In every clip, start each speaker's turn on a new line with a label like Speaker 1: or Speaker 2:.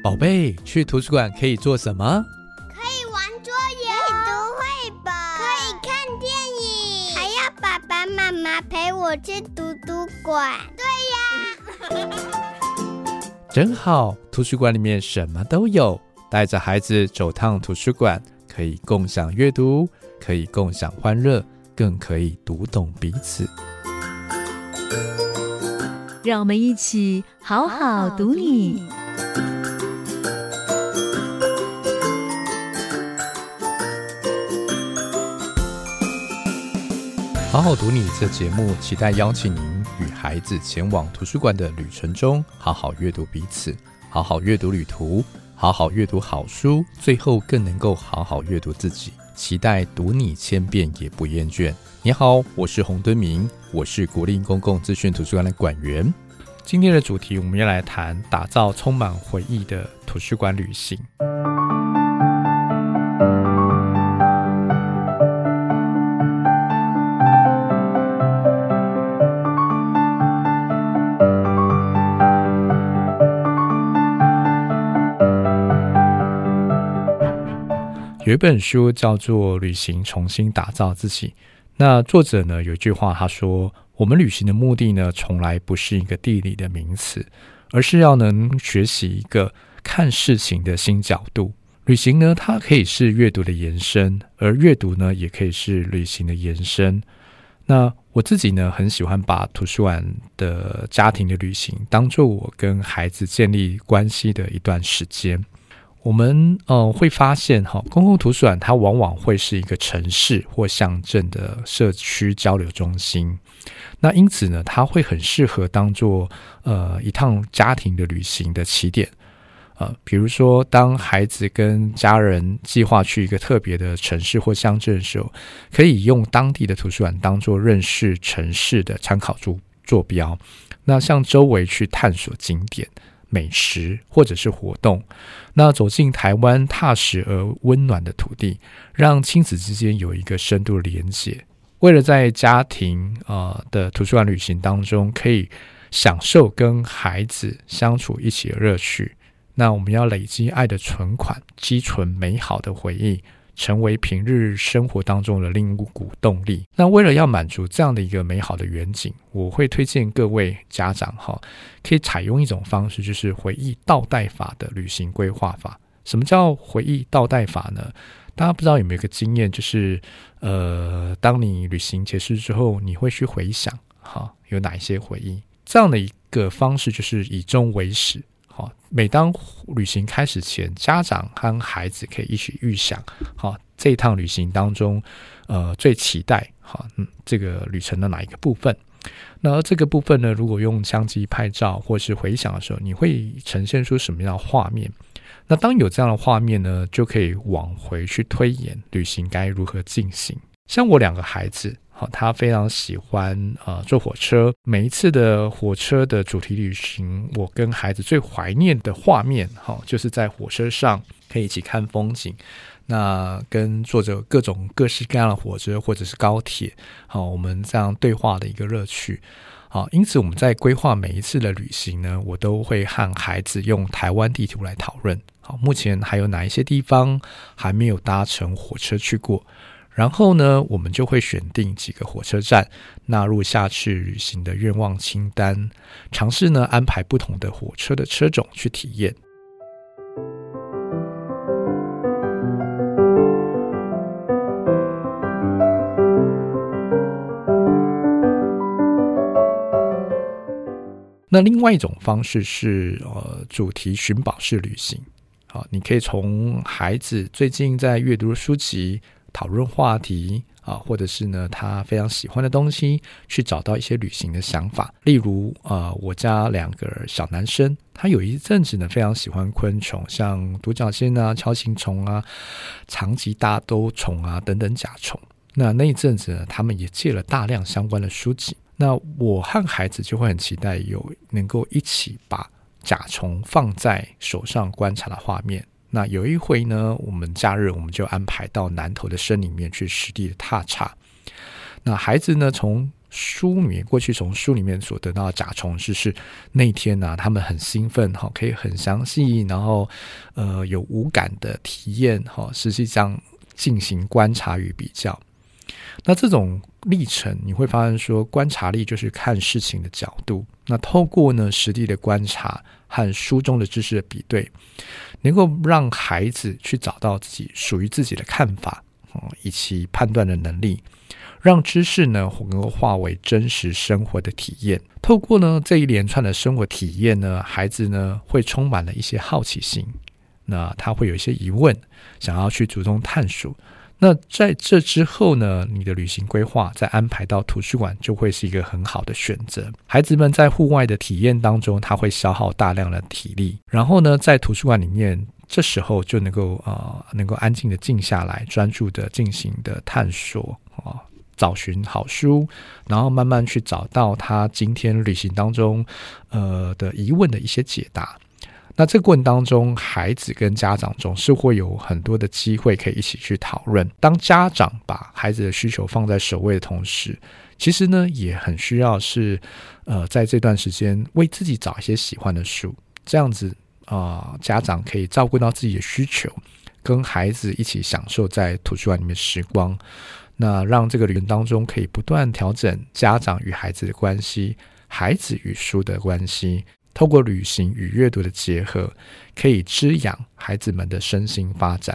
Speaker 1: 宝贝，去图书馆可以做什么？
Speaker 2: 可以玩桌游，可以读绘本，可以看电影，还要爸爸妈妈陪我去图书馆。对呀，
Speaker 1: 真好，图书馆里面什么都有。带着孩子走趟图书馆，可以共享阅读，可以共享欢乐，更可以读懂彼此。
Speaker 3: 让我们一起好好读你。
Speaker 1: 好好读你这节目，期待邀请您与孩子前往图书馆的旅程中，好好阅读彼此，好好阅读旅途，好好阅读好书，最后更能够好好阅读自己。期待读你千遍也不厌倦。你好，我是洪敦明，我是国立公共资讯图书馆的馆员。今天的主题，我们要来谈打造充满回忆的图书馆旅行。有一本书叫做《旅行重新打造自己》，那作者呢有一句话，他说：我们旅行的目的呢，从来不是一个地理的名词，而是要能学习一个看事情的新角度。旅行呢，它可以是阅读的延伸，而阅读呢，也可以是旅行的延伸。那我自己呢，很喜欢把图书馆的家庭的旅行当作我跟孩子建立关系的一段时间。我们会发现公共图书馆它往往会是一个城市或乡镇的社区交流中心，那因此呢，它会很适合当作一趟家庭的旅行的起点。比如说当孩子跟家人计划去一个特别的城市或乡镇的时候，可以用当地的图书馆当作认识城市的参考坐标，那向周围去探索景点、美食或者是活动，那走进台湾踏实而温暖的土地，让亲子之间有一个深度的连结。为了在家庭的图书馆旅行当中可以享受跟孩子相处一起的乐趣，那我们要累积爱的存款，积存美好的回忆，成为平日生活当中的另一股动力。那为了要满足这样的一个美好的远景，我会推荐各位家长可以采用一种方式，就是回忆倒带法的旅行规划法。什么叫回忆倒带法呢？大家不知道有没有一个经验，就是当你旅行结束之后，你会去回想有哪一些回忆。这样的一个方式就是以终为始。每当旅行开始前，家长和孩子可以一起预想这一趟旅行当中最期待这个旅程的哪一个部分。那这个部分呢，如果用相机拍照或是回想的时候，你会呈现出什么样的画面？那当有这样的画面呢，就可以往回去推演旅行该如何进行。像我两个孩子他非常喜欢坐火车，每一次的火车的主题旅行，我跟孩子最怀念的画面就是在火车上可以一起看风景，那跟坐着各式各样的火车或者是高铁我们这样对话的一个乐趣。因此我们在规划每一次的旅行呢，我都会和孩子用台湾地图来讨论目前还有哪一些地方还没有搭乘火车去过，然后呢，我们就会选定几个火车站，纳入下次旅行的愿望清单，尝试呢安排不同的火车的车种去体验。那另外一种方式是主题寻宝式旅行。你可以从孩子最近在阅读的书籍讨论话题或者是呢他非常喜欢的东西，去找到一些旅行的想法。例如我家两个小男生，他有一阵子呢非常喜欢昆虫，像独角仙啊、锹形虫啊、长棘大兜虫啊等等甲虫。那一阵子呢，他们也借了大量相关的书籍。那我和孩子就会很期待能够一起把甲虫放在手上观察的画面。那有一回呢，我们假日我们就安排到南投的森里面去实地的踏查。那孩子呢，从书里面过去从书里面所得到的甲虫知识，那一天啊他们很兴奋，可以很详细，然后有五感的体验，实际上进行观察与比较。那这种历程你会发现说，观察力就是看事情的角度，那透过呢实地的观察和书中的知识的比对，能够让孩子去找到属于自己的看法，以及判断的能力，让知识呢能够化为真实生活的体验。透过呢这一连串的生活体验呢，孩子呢会充满了一些好奇心，那他会有一些疑问，想要去主动探索。那在这之后呢，你的旅行规划再安排到图书馆就会是一个很好的选择。孩子们在户外的体验当中，他会消耗大量的体力，然后呢在图书馆里面，这时候就能够安静的静下来，专注的进行的探索，找寻好书，然后慢慢去找到他今天旅行当中的疑问的一些解答。那这个过程当中，孩子跟家长总是会有很多的机会可以一起去讨论。当家长把孩子的需求放在首位的同时，其实呢也很需要是在这段时间为自己找一些喜欢的书，这样子家长可以照顾到自己的需求，跟孩子一起享受在图书馆里面时光。那让这个旅程当中可以不断调整家长与孩子的关系，孩子与书的关系，透过旅行与阅读的结合，可以滋养孩子们的身心发展。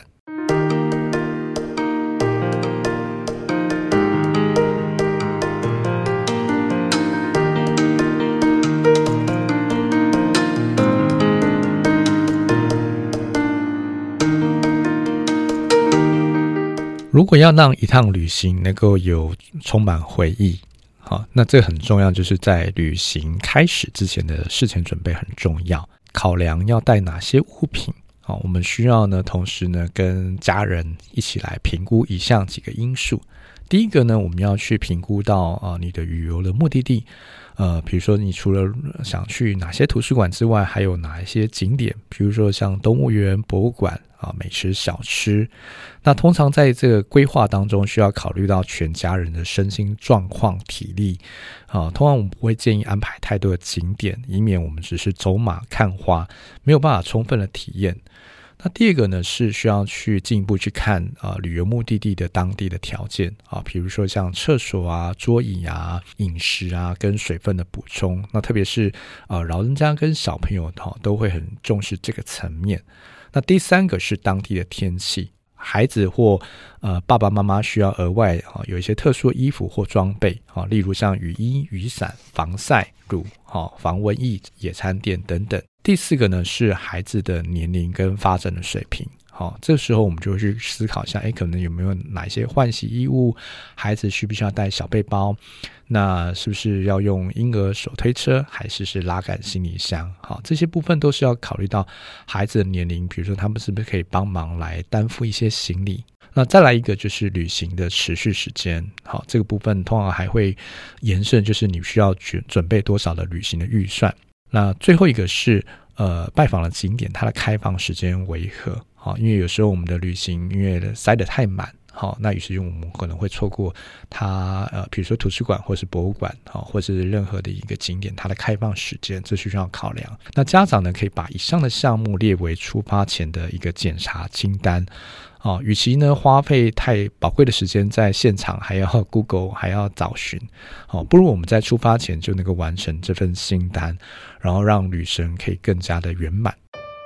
Speaker 1: 如果要让一趟旅行能够有充满回忆，那这个很重要，就是在旅行开始之前的事前准备很重要，考量要带哪些物品。我们需要呢同时呢跟家人一起来评估以下几个因素。第一个呢，我们要去评估到你的旅游的目的地，比如说你除了想去哪些图书馆之外，还有哪一些景点，比如说像动物园、博物馆美食小吃。那通常在这个规划当中需要考虑到全家人的身心状况、体力。通常我们不会建议安排太多的景点，以免我们只是走马看花，没有办法充分的体验。那第二个呢，是需要去进一步去看旅游目的地的当地的条件比如说像厕所啊、桌椅啊、饮食啊跟水分的补充。那特别是老人家跟小朋友都会很重视这个层面。那第三个是当地的天气，孩子或爸爸妈妈需要额外有一些特殊的衣服或装备例如像雨衣、雨伞、防晒乳、防蚊疫、野餐垫等等。第四个呢是孩子的年龄跟发展的水平。这个时候我们就会去思考一下，可能有没有哪些换洗衣物，孩子需不需要带小背包，那是不是要用婴儿手推车，还是拉杆行李箱。这些部分都是要考虑到孩子的年龄，比如说他们是不是可以帮忙来担负一些行李。那再来一个就是旅行的持续时间，这个部分通常还会延伸，就是你需要准备多少的旅行的预算。那最后一个是拜访的景点，它的开放时间为何。因为有时候我们的旅行因为塞得太满，那于是我们可能会错过它比如说图书馆或是博物馆或是任何的一个景点它的开放时间，这需要考量。那家长呢可以把以上的项目列为出发前的一个检查清单。与其呢花费太宝贵的时间在现场，还要 Google 还要找寻，不如我们在出发前就能够完成这份清单，然后让旅程可以更加的圆满。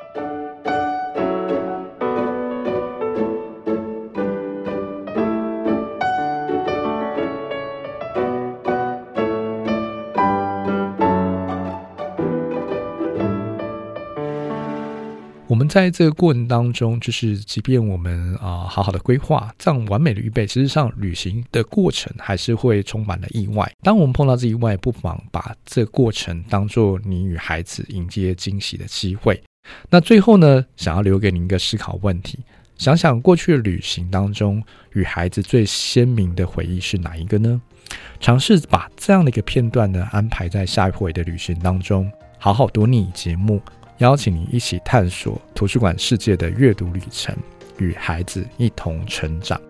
Speaker 1: 我们在这个过程当中，就是即便我们好好的规划，这样完美的预备，实际上旅行的过程还是会充满了意外。当我们碰到这意外，不妨把这个过程当作你与孩子迎接惊喜的机会。那最后呢，想要留给您一个思考问题，想想过去的旅行当中，与孩子最鲜明的回忆是哪一个呢？尝试把这样的一个片段呢，安排在下一回的旅行当中。好好读你节目，邀请你一起探索图书馆世界的阅读旅程，与孩子一同成长。